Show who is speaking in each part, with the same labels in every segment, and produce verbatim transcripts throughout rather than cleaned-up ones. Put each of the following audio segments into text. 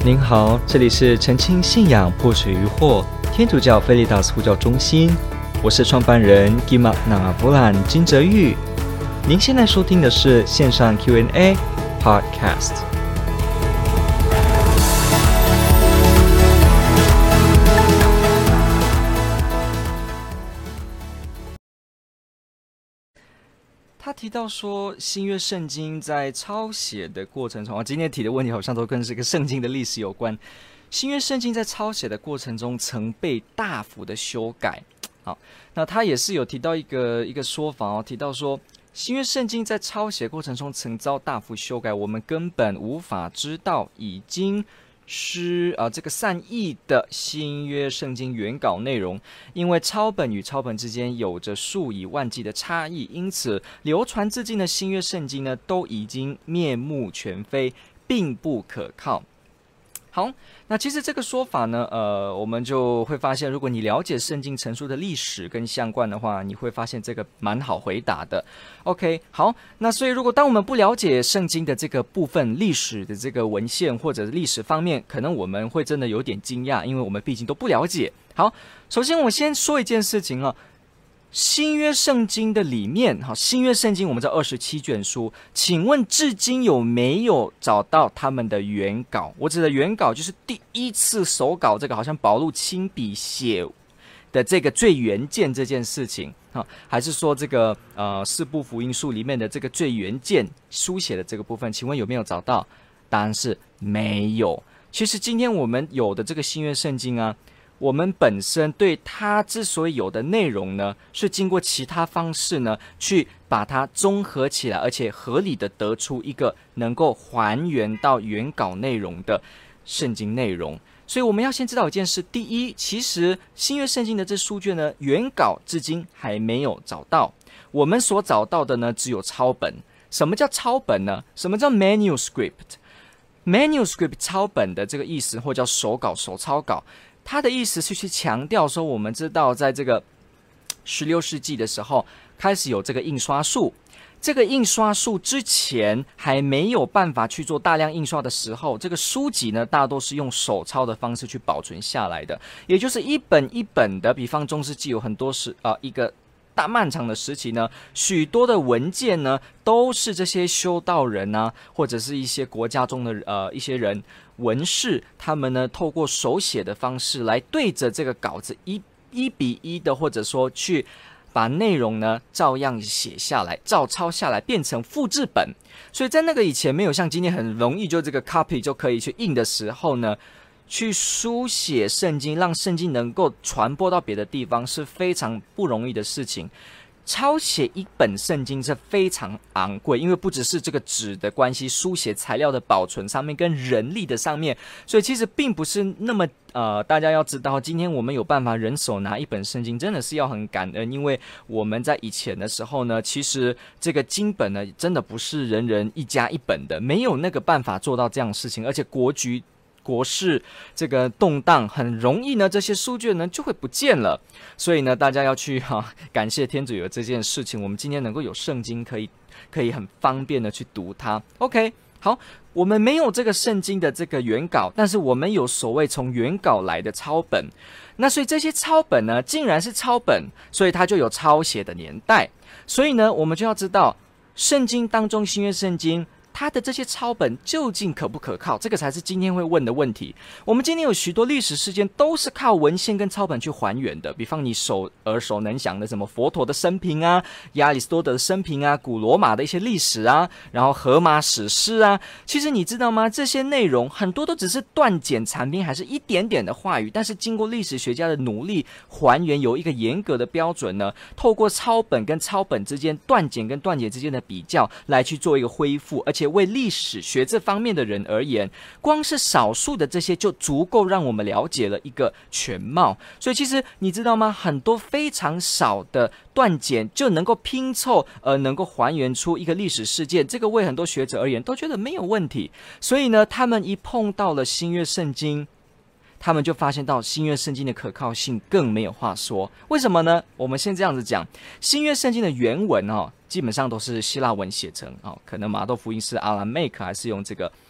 Speaker 1: 您好，这里是澄清信仰破除疑惑天主教菲利达斯呼叫中心，我是创办人 Gima Navalan 金哲玉。您现在收听的是线上 Q and A Podcast。他提到说，新约圣经在抄写的过程中，今天提的问题好像都跟这个圣经的历史有关。新约圣经在抄写的过程中，曾被大幅的修改。好，那他也是有提到一个一个说法哦，提到说，新约圣经在抄写过程中曾遭大幅修改，我们根本无法知道已经是啊、呃、这个善意的新约圣经原稿内容，因为抄本与抄本之间有着数以万计的差异，因此流传至今的新约圣经呢，都已经面目全非，并不可靠。好，那其实这个说法呢，呃，我们就会发现，如果你了解圣经陈述的历史跟相关的话，你会发现这个蛮好回答的。OK， 好，那所以如果当我们不了解圣经的这个部分历史的这个文献或者历史方面，可能我们会真的有点惊讶，因为我们毕竟都不了解。好，首先我先说一件事情啊。新约圣经的里面，哈，新约圣经我们这二十七卷书，请问至今有没有找到他们的原稿？我指的原稿就是第一次手稿，这个好像保禄亲笔写的这个最原件这件事情，哈，还是说这个呃四部福音书里面的这个最原件书写的这个部分，请问有没有找到？答案是没有。其实今天我们有的这个新约圣经啊。我们本身对它之所以有的内容呢，是经过其他方式呢，去把它综合起来，而且合理的得出一个能够还原到原稿内容的圣经内容。所以我们要先知道一件事：第一，其实新约圣经的这书卷呢，原稿至今还没有找到。我们所找到的呢，只有抄本。什么叫抄本呢？什么叫 manuscript？manuscript 抄本的这个意思，或叫手稿、手抄稿。他的意思是去强调说，我们知道在这个十六世纪的时候开始有这个印刷术，这个印刷术之前还没有办法去做大量印刷的时候，这个书籍呢大多是用手抄的方式去保存下来的，也就是一本一本的。比方中世纪有很多时啊、呃、一个大漫长的时期呢，许多的文件呢都是这些修道人啊，或者是一些国家中的呃一些人。文士他们呢，透过手写的方式来对着这个稿子一一比一的，或者说去把内容呢照样写下来，照抄下来，变成复制本。所以在那个以前没有像今天很容易就这个 copy 就可以去印的时候呢，去书写圣经，让圣经能够传播到别的地方是非常不容易的事情。抄写一本圣经是非常昂贵，因为不只是这个纸的关系，书写材料的保存上面跟人力的上面，所以其实并不是那么呃，大家要知道，今天我们有办法人手拿一本圣经，真的是要很感恩，因为我们在以前的时候呢，其实这个经本呢，真的不是人人一家一本的，没有那个办法做到这样的事情，而且国局。国事这个动荡，很容易呢，这些书卷呢就会不见了。所以呢，大家要去哈、啊、感谢天主有这件事情，我们今天能够有圣经可以可以很方便的去读它。OK， 好，我们没有这个圣经的这个原稿，但是我们有所谓从原稿来的抄本。那所以这些抄本呢，竟然是抄本，所以它就有抄写的年代。所以呢，我们就要知道圣经当中新约圣经。它的这些抄本究竟可不可靠？这个才是今天会问的问题。我们今天有许多历史事件都是靠文献跟抄本去还原的，比方你手耳熟能详的什么佛陀的生平啊、亚里士多德的生平啊、古罗马的一些历史啊，然后荷马史诗啊，其实你知道吗？这些内容很多都只是断简残篇，还是一点点的话语，但是经过历史学家的努力还原，有一个严格的标准呢，透过抄本跟抄本之间断简跟断简之间的比较来去做一个恢复，而且为历史学这方面的人而言，光是少数的这些就足够让我们了解了一个全貌。所以其实你知道吗？很多非常少的断简就能够拼凑，呃，能够还原出一个历史事件，这个为很多学者而言都觉得没有问题。所以呢，他们一碰到了新约圣经，他们就发现到新约圣经的可靠性更没有话说。为什么呢？我们先这样子讲，新约圣经的原文哦，基本上都是希腊文写成哦，可能马窦福音是阿拉美克，还是用这个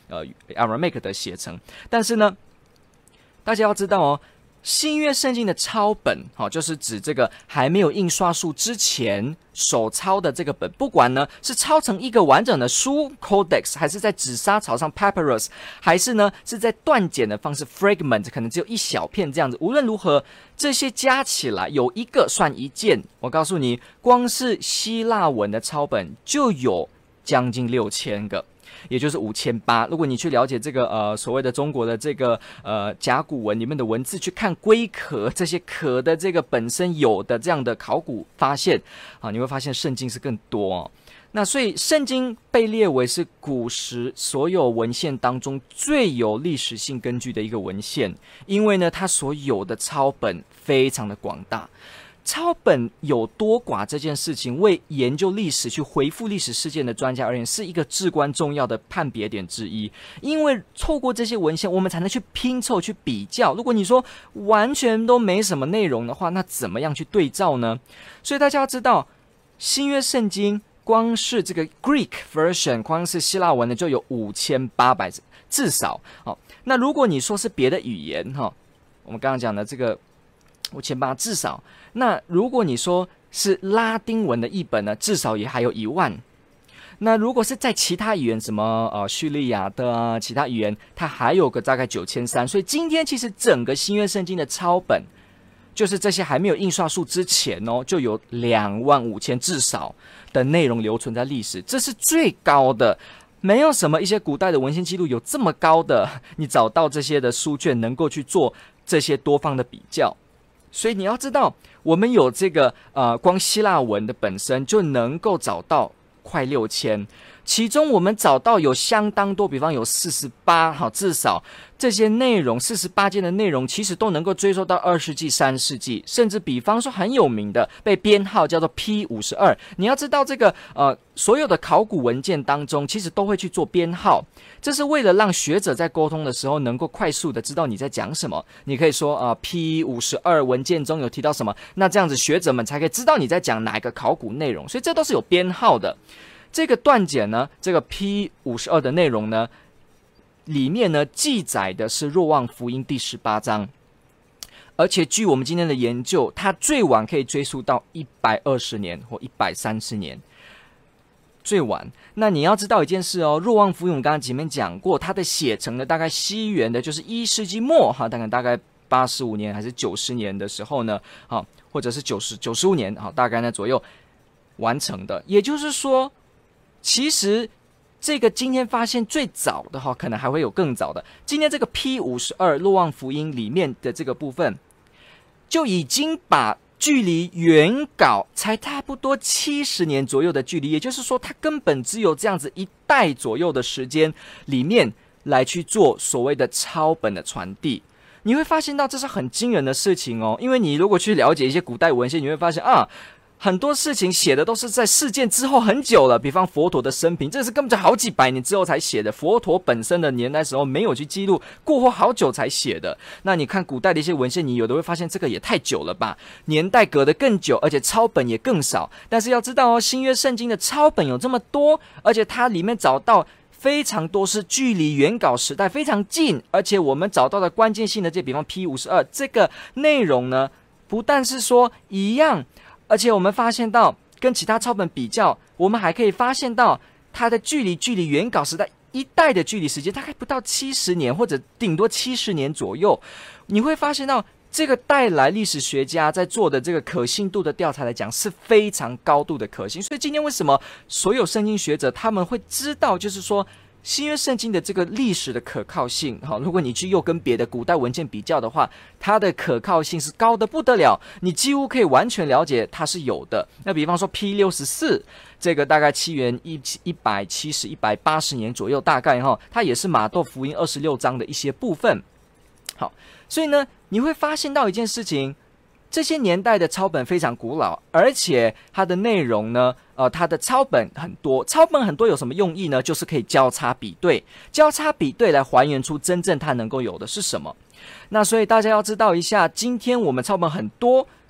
Speaker 1: 呃 Aramaic 的写成。但是呢，大家要知道哦。新约圣经的抄本，好、哦，就是指这个还没有印刷术之前手抄的这个本，不管呢是抄成一个完整的书 Codex， 还是在纸莎草上 Papyrus， 还是呢是在断简的方式 Fragment， 可能只有一小片这样子。无论如何，这些加起来有一个算一件。我告诉你，光是希腊文的抄本就有将近六千个。也就是五千八。如果你去了解这个呃所谓的中国的这个呃甲骨文里面的文字，去看龟壳这些壳的这个本身有的这样的考古发现啊，你会发现圣经是更多哦。那所以圣经被列为是古时所有文献当中最有历史性根据的一个文献，因为呢它所有的抄本非常的广大。抄本有多寡这件事情，为研究历史、去回复历史事件的专家而言，是一个至关重要的判别点之一。因为透过这些文献，我们才能去拼凑、去比较。如果你说完全都没什么内容的话，那怎么样去对照呢？所以大家要知道，新约圣经光是这个 Greek version， 光是希腊文的就有五千八百，至少。好，那如果你说是别的语言，哈，我们刚刚讲的这个五千八至少。那如果你说是拉丁文的译本呢，至少也还有一万。那如果是在其他语言，什么呃叙利亚的啊，其他语言，它还有个大概九千三。所以今天其实整个新约圣经的抄本，就是这些还没有印刷术之前哦，就有两万五千至少的内容留存在历史，这是最高的。没有什么一些古代的文献记录有这么高的，你找到这些的书卷能够去做这些多方的比较。所以你要知道，我们有这个呃，光希腊文的本身就能够找到快六千，其中我们找到有相当多，比方有四十八，好，至少这些内容四十八件的内容，其实都能够追溯到二世纪、三世纪，甚至比方说很有名的被编号叫做 P 五十二。你要知道这个呃，所有的考古文件当中，其实都会去做编号。这是为了让学者在沟通的时候能够快速的知道你在讲什么。你可以说啊、呃、，P 五十二 文件中有提到什么，那这样子学者们才可以知道你在讲哪一个考古内容。所以这都是有编号的。这个断简呢，这个 P 五十二 的内容呢，里面呢记载的是若望福音第十八章，而且据我们今天的研究，它最晚可以追溯到一百二十年或一百三十年。最晚，那你要知道一件事哦，若望福音我们刚刚前面讲过，它的写成的大概西元的就是一世纪末哈，大概大概八十五年还是九十年的时候呢，好，或者是九十九十五年，好，大概呢左右完成的。也就是说，其实这个今天发现最早的哈，可能还会有更早的。今天这个 P 五十二 若望福音里面的这个部分，就已经把距离原稿才差不多七十年左右的距离，也就是说，它根本只有这样子一代左右的时间里面来去做所谓的抄本的传递。你会发现到这是很惊人的事情哦，因为你如果去了解一些古代文献，你会发现啊，很多事情写的都是在事件之后很久了，比方佛陀的生平，这是根本就好几百年之后才写的。佛陀本身的年代时候没有去记录，过后好久才写的。那你看古代的一些文献，你有的会发现这个也太久了吧，年代隔得更久，而且抄本也更少。但是要知道哦，新约圣经的抄本有这么多，而且它里面找到非常多是距离原稿时代非常近，而且我们找到的关键性的这比方 P 五十二 这个内容呢，不但是说一样，而且我们发现到跟其他抄本比较，我们还可以发现到它的距离距离原稿时代一代的距离时间大概不到七十年，或者顶多七十年左右。你会发现到这个带来历史学家在做的这个可信度的调查来讲是非常高度的可信。所以今天为什么所有圣经学者他们会知道，就是说新约圣经的这个历史的可靠性，好，如果你去又跟别的古代文件比较的话，它的可靠性是高的不得了，你几乎可以完全了解它是有的。那比方说 P 六十四 这个大概七元一一百七十一百八十年左右，大概哈，它也是马窦福音二十六章的一些部分。好，所以呢，你会发现到一件事情。这些年代的抄本非常古老，而且它的内容呢，呃，它的抄本很多，抄本很多有什么用意呢？就是可以交叉比对，交叉比对来还原出真正它能够有的是什么。那所以大家要知道一下，今天我们抄本很多，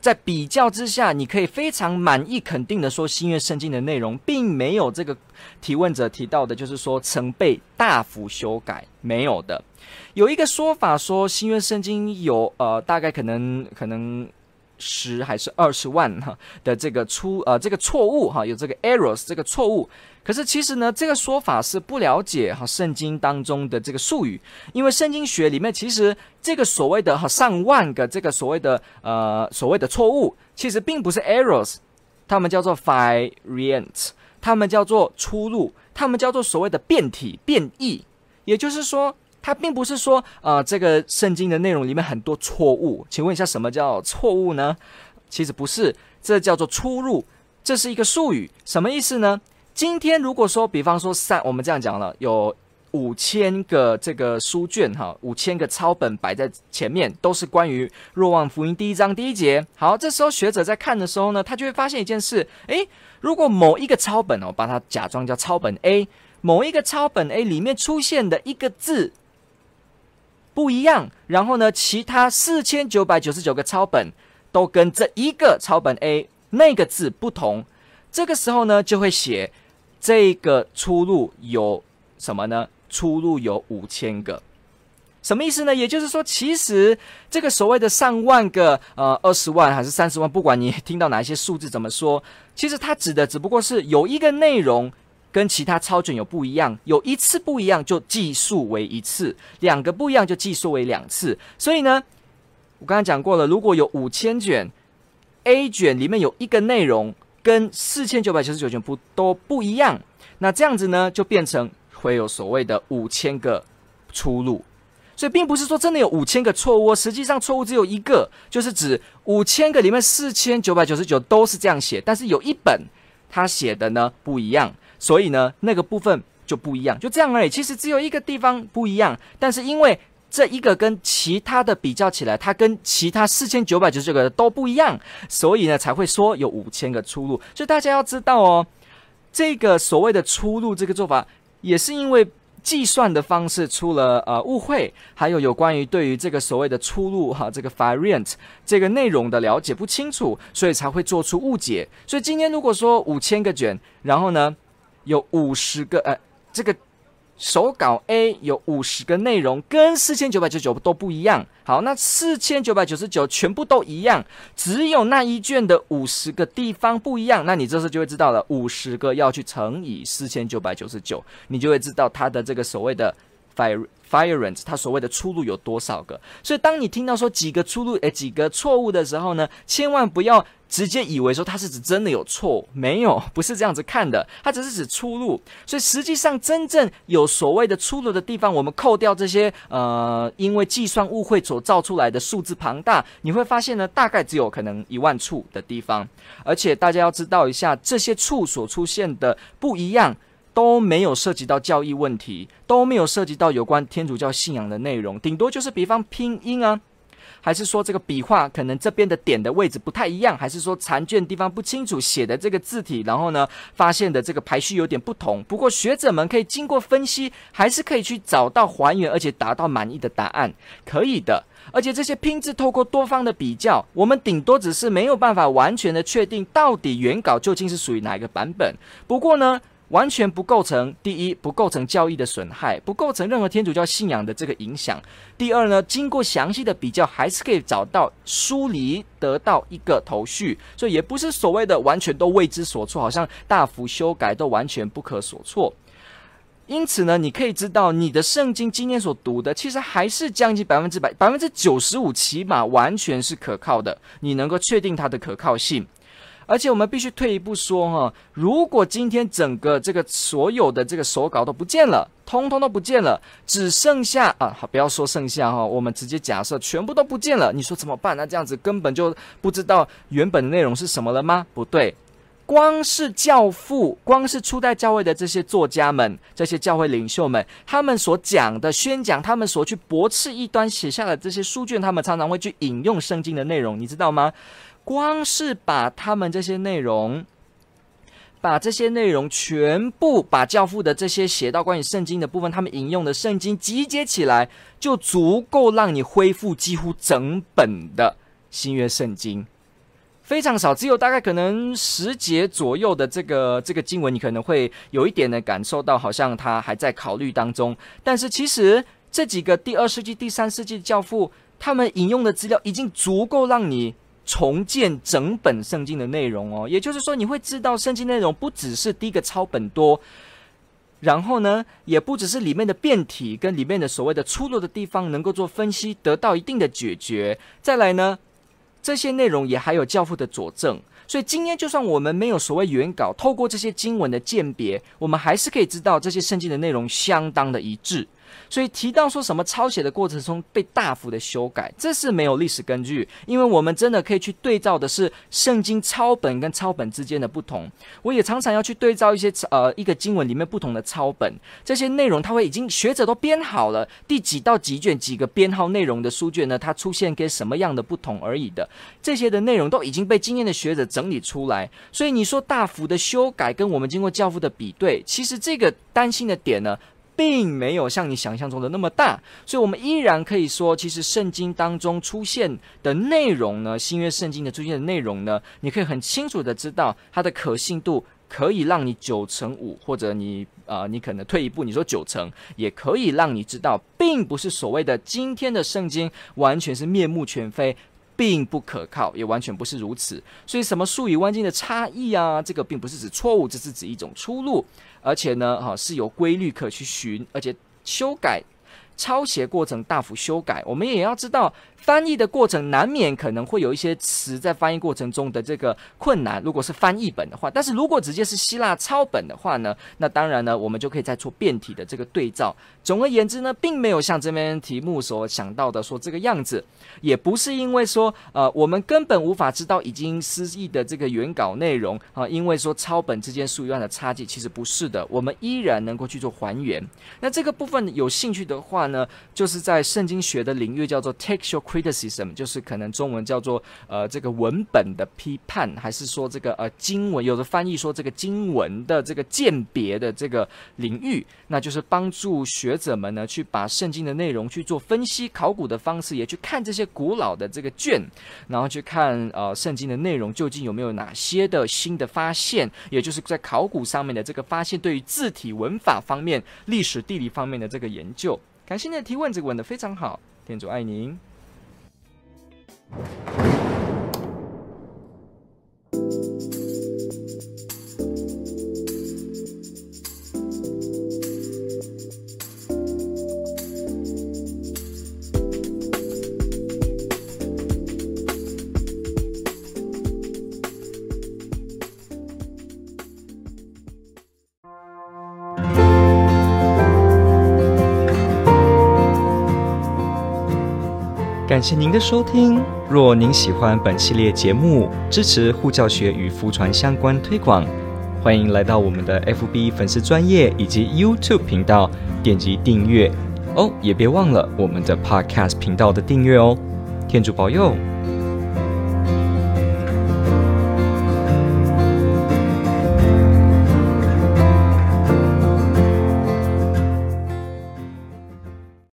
Speaker 1: 在比较之下，你可以非常满意肯定的说，新约圣经的内容并没有这个提问者提到的，就是说曾被大幅修改，没有的。有一个说法说，新约圣经有呃大概可能可能十还是二十万哈的这个出呃这个错误哈，有这个 errors 这个错误。可是其实呢，这个说法是不了解哈圣经当中的这个术语，因为圣经学里面其实这个所谓的哈上万个这个所谓的呃所谓的错误，其实并不是 errors， 他们叫做 variant， 他们叫做出入，他们叫做所谓的变体变异，也就是说，它并不是说呃这个圣经的内容里面很多错误。请问一下，什么叫错误呢？其实不是，这叫做出入，这是一个术语，什么意思呢？今天如果说，比方说三，我们这样讲了，有五千个这个书卷哈，五千个抄本摆在前面，都是关于若望福音第一章第一节。好，这时候学者在看的时候呢，他就会发现一件事，诶，如果某一个抄本哦，把它假装叫抄本 A， 某一个抄本 A 里面出现的一个字不一样，然后呢，其他四千九百九十九个抄本都跟这一个抄本 A 那个字不同，这个时候呢，就会写这个出入有什么呢？出入有五千个，什么意思呢？也就是说，其实这个所谓的上万个，呃，二十万还是三十万，不管你听到哪一些数字怎么说，其实它指的只不过是有一个内容跟其他抄卷有不一样，有一次不一样就计数为一次，两个不一样就计数为两次。所以呢，我刚才讲过了，如果有五千卷 A 卷里面有一个内容跟四千九百九十九卷不都不一样，那这样子呢，就变成会有所谓的五千个出入。所以并不是说真的有五千个错误，实际上错误只有一个，就是指五千个里面四千九百九十九都是这样写，但是有一本他写的呢不一样，所以呢那个部分就不一样，就这样而已。其实只有一个地方不一样，但是因为这一个跟其他的比较起来，它跟其他四千九百九十九个都不一样，所以呢才会说有五千个出入。所以大家要知道哦，这个所谓的出入这个做法，也是因为计算的方式出了呃误会，还有有关于对于这个所谓的出入哈这个 variant 这个内容的了解不清楚，所以才会做出误解。所以今天如果说五千个卷，然后呢有五十个呃这个手稿 A 有五十个内容跟四千九百九十九都不一样，好，那四千九百九十九全部都一样，只有那一卷的五十个地方不一样，那你这时候就会知道了，五十个要去乘以四千九百九十九，你就会知道它的这个所谓的 variant 它所谓的出入有多少个。所以当你听到说几个出入诶几个错误的时候呢，千万不要直接以为说它是指真的有错，没有，不是这样子看的，它只是指出入。所以实际上真正有所谓的出入的地方，我们扣掉这些呃因为计算误会所造出来的数字庞大，你会发现呢，大概只有可能一万处的地方。而且大家要知道一下，这些处所出现的不一样，都没有涉及到教义问题，都没有涉及到有关天主教信仰的内容，顶多就是比方拼音啊，还是说这个笔画可能这边的点的位置不太一样，还是说残卷地方不清楚，写的这个字体，然后呢发现的这个排序有点不同。不过学者们可以经过分析，还是可以去找到还原，而且达到满意的答案，可以的。而且这些拼字透过多方的比较，我们顶多只是没有办法完全的确定到底原稿究竟是属于哪一个版本。不过呢，完全不构成，第一，不构成教义的损害，不构成任何天主教信仰的这个影响。第二呢，经过详细的比较，还是可以找到梳理，得到一个头绪。所以也不是所谓的完全都为之所措，好像大幅修改都完全不可所措。因此呢，你可以知道你的圣经今天所读的，其实还是将近百分之百，百分之九十五起码完全是可靠的，你能够确定它的可靠性。而且我们必须退一步说哈，如果今天整个这个所有的这个手稿都不见了，通通都不见了，只剩下啊，好，不要说剩下哈，我们直接假设全部都不见了，你说怎么办？那这样子根本就不知道原本的内容是什么了吗？不对。光是教父，光是初代教会的这些作家们，这些教会领袖们，他们所讲的宣讲，他们所去驳斥异端写下的这些书卷，他们常常会去引用圣经的内容，你知道吗？光是把他们这些内容，把这些内容全部把教父的这些写到关于圣经的部分，他们引用的圣经集结起来，就足够让你恢复几乎整本的新约圣经。 非常少，只有大概可能十节左右的这个这个经文，你可能会有一点的感受到，好像他还在考虑当中。但是其实这几个第二世纪、第三世纪的教父，他们引用的资料已经足够让你重建整本圣经的内容哦。也就是说，你会知道圣经内容不只是第一个抄本多，然后呢，也不只是里面的变体跟里面的所谓的出入的地方能够做分析，得到一定的解决。再来呢，这些内容也还有教父的佐证。所以今天就算我们没有所谓原稿，透过这些经文的鉴别，我们还是可以知道这些圣经的内容相当的一致。所以提到说什么抄写的过程中被大幅的修改，这是没有历史根据，因为我们真的可以去对照的是圣经抄本跟抄本之间的不同。我也常常要去对照一些呃一个经文里面不同的抄本，这些内容它会已经学者都编好了，第几到几卷几个编号内容的书卷呢，它出现跟什么样的不同而已的，这些的内容都已经被经验的学者整理出来。所以你说大幅的修改跟我们经过教父的比对，其实这个担心的点呢并没有像你想象中的那么大，所以我们依然可以说，其实圣经当中出现的内容呢，新约圣经的出现的内容呢，你可以很清楚的知道它的可信度可以让你九成五，或者你呃，你可能退一步，你说九成，也可以让你知道，并不是所谓的今天的圣经完全是面目全非，并不可靠，也完全不是如此。所以什么数以万计的差异啊，这个并不是指错误，这是指一种出路。而且呢，哈、哦、是有规律可去循，而且修改、抄写过程大幅修改，我们也要知道，翻译的过程难免可能会有一些词在翻译过程中的这个困难。如果是翻译本的话，但是如果直接是希腊抄本的话呢，那当然呢，我们就可以再做变体的这个对照。总而言之呢，并没有像这边题目所想到的说这个样子，也不是因为说呃我们根本无法知道已经失忆的这个原稿内容啊、呃，因为说抄本之间数以万的差距，其实不是的，我们依然能够去做还原。那这个部分有兴趣的话呢，就是在圣经学的领域叫做 textual criticism， 就是可能中文叫做呃这个文本的批判，还是说这个呃经文，有的翻译说这个经文的这个鉴别的这个领域，那就是帮助学者们呢去把圣经的内容去做分析考古的方式，也去看这些古老的这个卷，然后去看呃圣经的内容究竟有没有哪些的新的发现，也就是在考古上面的这个发现，对于字体文法方面、历史地理方面的这个研究。感谢你的提问，这个问得非常好，天主爱您。感谢您的收听。若您喜欢本系列节目，支持护教学与福传相关推广，欢迎来到我们的 F B 粉丝专页以及 YouTube 频道，点击订阅哦，也别忘了我们的 Podcast 频道的订阅哦。天主保佑。